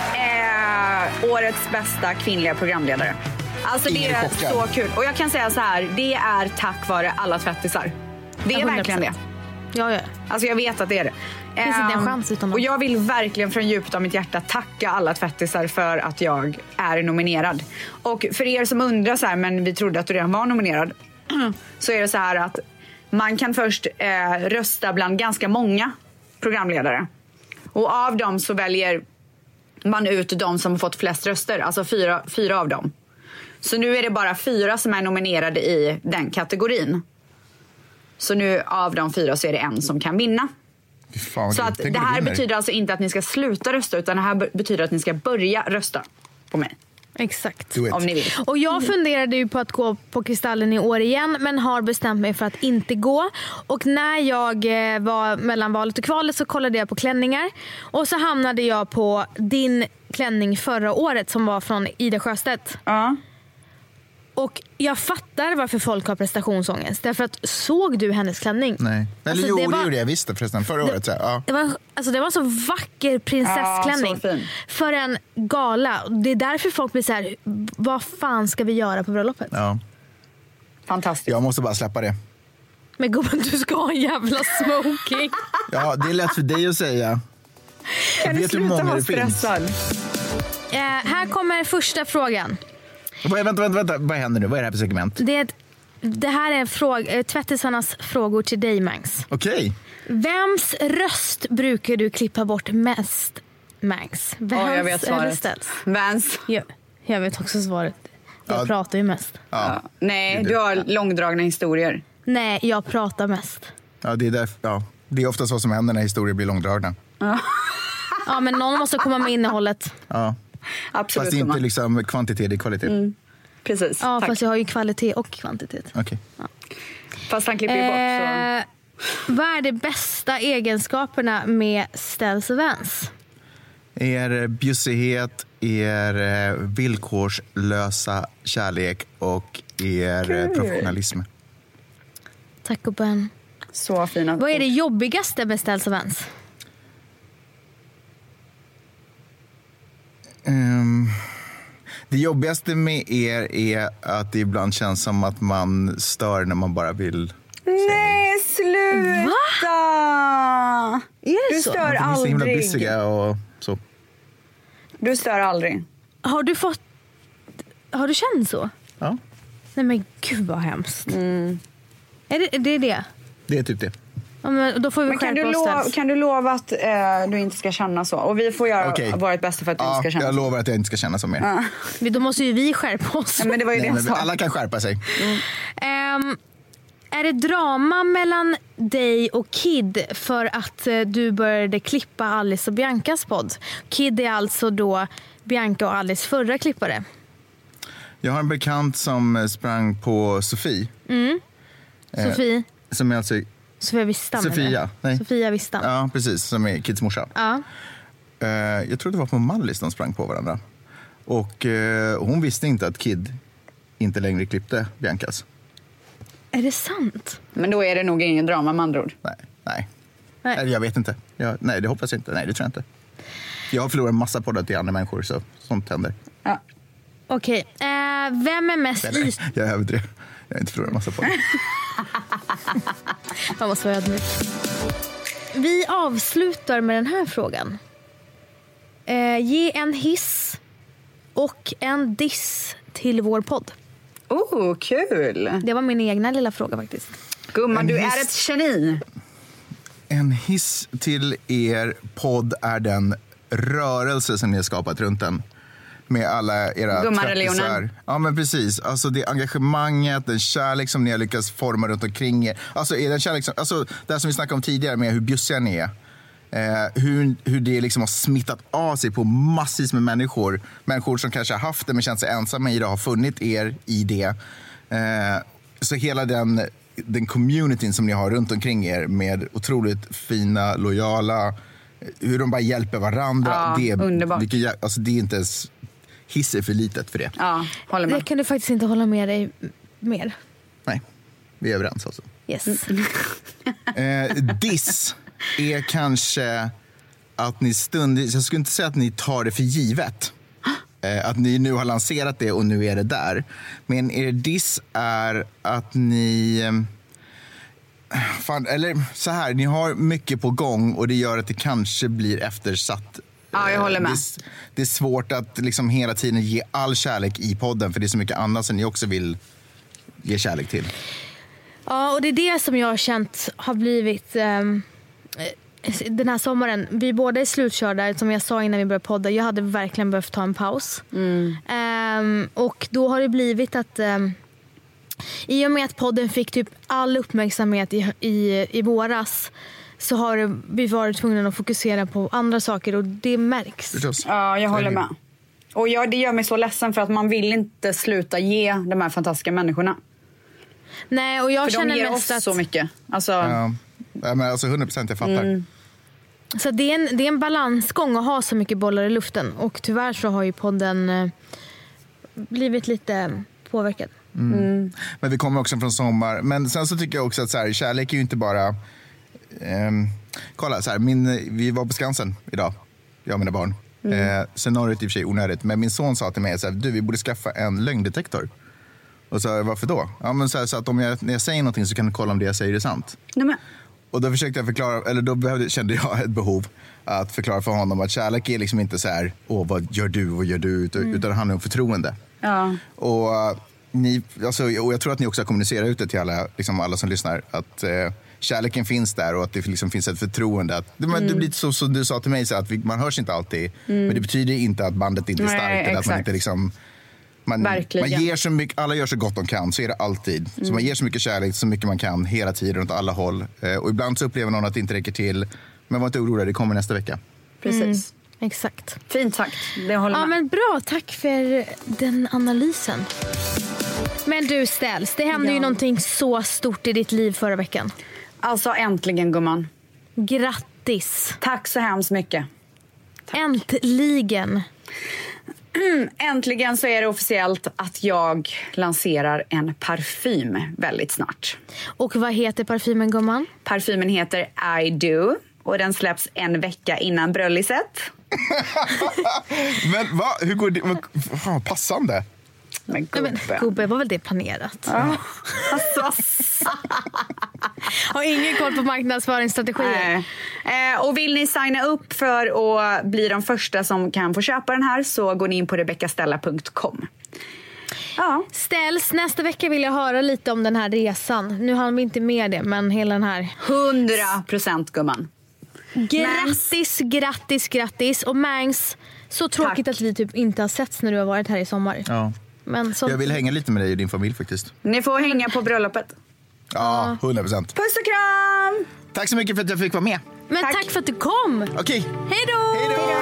S1: årets bästa kvinnliga programledare. Alltså det är så kul. Och jag kan säga så här, det är tack vare alla tvättisar. Det är 100%. Verkligen det.
S3: Ja.
S1: Alltså jag vet att det är det.
S3: Finns inte en chans utan dem.
S1: Och jag vill verkligen från djupet av mitt hjärta tacka alla tvättisar för att jag är nominerad. Och för er som undrar så här, men vi trodde att du redan var nominerad. Så är det så här att man kan först rösta bland ganska många programledare. Och av dem så väljer man ut de som har fått flest röster. Alltså fyra av dem. Så nu är det bara 4 som är nominerade i den kategorin. Så nu av de 4 så är det en som kan vinna.
S2: Fan,
S1: så att det här betyder alltså inte att ni ska sluta rösta, utan det här betyder att ni ska börja rösta på mig.
S3: Exakt.
S1: Om ni vill.
S3: Och jag funderade ju på att gå på Kristallen i år igen, men har bestämt mig för att inte gå. Och när jag var mellan valet och kvalet så kollade jag på klänningar. Och så hamnade jag på din klänning förra året som var från Ida Sjöstedt.
S1: Ja.
S3: Och jag fattar varför folk har prestationsångest. Därför att, såg du hennes klänning?
S2: Nej. Eller
S3: alltså,
S2: det gjorde jag visst förresten förra året. Så här, ja.
S3: Det var så vacker prinsessklänning för en gala. Det är därför folk blir så här, vad fan ska vi göra på bröllopet?
S2: Ja.
S1: Fantastiskt.
S2: Jag måste bara släppa det.
S3: Men gumman, du ska ha en jävla smoking.
S2: Ja, det är lätt för dig att säga.
S1: Kan du sluta vara stressad?
S3: Här kommer första frågan.
S2: Vänta. Vad händer nu? Vad är det här för segment?
S3: Det här är tvättisarnas frågor till dig, Mangs.
S2: Okej.
S3: Vems röst brukar du klippa bort mest, Mangs?
S1: Jag vet svaret. Vans.
S3: Jag vet också svaret. Jag pratar ju mest.
S2: Ja.
S1: Nej, du har långdragna historier.
S3: Nej, jag pratar mest.
S2: Ja, det är därför, det är ofta så som händer när historier blir långdragna.
S3: Ja, men någon måste komma med innehållet.
S2: Ja.
S1: Absolut.
S2: Fast inte liksom kvantitet, det är kvalitet.
S1: Precis.
S3: Ja,
S1: tack.
S3: Fast jag har ju kvalitet och kvantitet.
S2: Okej.
S3: Ja.
S1: Fast han klipper ju bort så.
S3: Vad är de bästa egenskaperna med Ställs Vans?
S2: Er bjussighet, er villkorslösa kärlek och er professionalism.
S3: Tack och bön.
S1: Så fina.
S3: Vad är det jobbigaste med Ställs Vans?
S2: Det jobbigaste med er är att det ibland känns som att man stör när man bara vill.
S1: Nej, sluta!
S3: Va? Är det
S1: du
S3: så?
S1: Stör
S2: Ni är så himla
S1: aldrig.
S2: bussiga och så.
S1: Du stör aldrig.
S3: Har du känt så?
S2: Ja.
S3: Nej men gud vad hemskt. Är det det?
S2: Det är typ det.
S3: Ja, men då får vi skärpa oss.
S1: Kan du lova att du inte ska känna så? Och vi får göra vårt bästa för att du inte ska känna så.
S2: Jag lovar att jag inte ska känna så mer.
S3: Då måste ju vi skärpa oss.
S1: Ja, men det var ju det jag sa.
S2: Alla kan skärpa sig.
S3: Är det drama mellan dig och Kid för att du började klippa Alice och Biancas podd? Kid är alltså då Bianca och Alice förra klippare.
S2: Jag har en bekant som sprang på Sofie.
S3: Sofie?
S2: Som är alltså...
S3: Sofia Wistam. Sofia Wistam.
S2: Ja, precis. Som är Kids morsa.
S3: Ja.
S2: Jag tror det var på Mallis de sprang på varandra. Och hon visste inte att Kid inte längre klippte Biancas.
S3: Är det sant?
S1: Men då är det nog ingen drama med andra ord.
S2: Nej. Jag vet inte. Nej, det hoppas jag inte. Nej, det tror jag inte. Jag har förlorat en massa poddar till andra människor, så sånt händer.
S1: Ja.
S3: Okej. Vem är mest
S2: Jag överdrev. Jag har inte förlorat en massa poddar.
S3: Man måste vara ödmjuk. Vi avslutar med den här frågan. Ge en hiss och en diss till vår podd.
S1: Kul!
S3: Det var min egna lilla fråga faktiskt.
S1: Gumman, du är ett geni.
S2: En hiss till er podd är den rörelse som ni har skapat runt den. Med alla era
S1: Gummareligionen.
S2: Ja, men precis. Alltså det engagemanget, den kärlek som ni har lyckats forma runt omkring er. Alltså är den kärlek som, alltså det här som vi snackade om tidigare med hur bjussiga ni är. Hur det liksom har smittat av sig på massvis med människor. Människor som kanske har haft det men känt sig ensamma i det, har funnit er i det. Så hela den communityn som ni har runt omkring er med otroligt fina, lojala, hur de bara hjälper varandra.
S1: Ja,
S2: det är
S1: underbart.
S2: Alltså det är inte ens hiss är för litet för det.
S1: Ja, håller med.
S3: Jag kunde faktiskt inte hålla med dig mer.
S2: Nej, vi är överens alltså.
S3: Yes.
S2: Diss är kanske att ni stundvis, jag skulle inte säga att ni tar det för givet. Att ni nu har lanserat det och nu är det där. Men er diss är att ni... eller så här, ni har mycket på gång och det gör att det kanske blir eftersatt.
S1: Ja, jag håller med.
S2: Det är svårt att liksom hela tiden ge all kärlek i podden, för det är så mycket annat som ni också vill ge kärlek till.
S3: Ja, och det är det som jag har känt har blivit den här sommaren. Vi båda är slutkörda, som jag sa innan vi började podda. Jag hade verkligen behövt ta en paus. Och då har det blivit att i och med att podden fick typ all uppmärksamhet i våras, så har vi varit tvungna att fokusera på andra saker, och det märks.
S1: Ja, jag håller med. Och det gör mig så ledsen, för att man vill inte sluta ge de här fantastiska människorna.
S3: Nej, och jag
S1: för
S3: känner
S1: de ger
S3: mest
S1: oss så mycket. Alltså...
S2: Ja, men alltså 100% jag fattar.
S3: Så det är en balansgång att ha så mycket bollar i luften. Och tyvärr så har ju podden blivit lite påverkad.
S2: Men vi kommer också från sommar. Men sen så tycker jag också att så här, kärlek är ju inte bara... kolla, så här, vi var på Skansen idag, jag och mina barn. Scenariot i och för sig onödigt, men min son sa till mig så här, vi borde skaffa en lögndetektor. Och så varför då? Ja, men så att när jag säger någonting så kan du kolla om det jag säger är sant.
S1: Nej.
S2: Och då försökte jag förklara, eller då kände jag ett behov att förklara för honom att kärlek är liksom inte så här, vad gör du, utan det handlar om förtroende.
S1: Ja.
S2: Och och jag tror att ni också har kommunicerat ut det till alla som lyssnar, att kärleken finns där och att det liksom finns ett förtroende. Det blir så som du sa till mig, så att man hörs inte alltid, men det betyder inte att bandet inte är starkt, eller att man inte liksom... Man ger så mycket, alla gör så gott de kan, så är det alltid. Så man ger så mycket kärlek, så mycket man kan, hela tiden, åt alla håll. Och ibland så upplever någon att det inte räcker till. Men var inte orolig, det kommer nästa vecka.
S1: Precis.
S3: Exakt.
S1: Fint sagt, det håller med.
S3: Men bra, tack för den analysen. Men du Ställs, det hände ju någonting så stort i ditt liv förra veckan.
S1: Alltså äntligen, gumman.
S3: Grattis.
S1: Tack så hemskt mycket. Tack.
S3: Äntligen.
S1: Äntligen så är det officiellt att jag lanserar en parfym väldigt snart.
S3: Och vad heter parfymen, gumman?
S1: Parfymen heter I Do och den släpps en vecka innan brölliset.
S2: Men va? Hur går det? Passande.
S1: Men
S3: gubbe, var väl det planerat?
S1: Ja. Alltså.
S3: Har ingen koll på marknadsföringsstrategier.
S1: Och vill ni signa upp för att bli de första som kan få köpa den här, så går ni in på rebeccastella.com. Ja.
S3: Ställs, nästa vecka vill jag höra lite om den här resan. Nu har vi inte med det, men hela den här
S1: 100% gumman.
S3: Grattis. Och Mangs, så tråkigt att vi typ inte har setts när du har varit här i sommar.
S2: Ja.
S3: Men så...
S2: Jag vill hänga lite med dig och din familj faktiskt.
S1: Ni får hänga på bröllopet.
S2: Ja, 100%.
S1: Puss och kram!
S2: Tack så mycket för att jag fick vara med.
S3: Men tack för att du kom.
S2: Okej.
S3: Hej då!
S2: Hej då!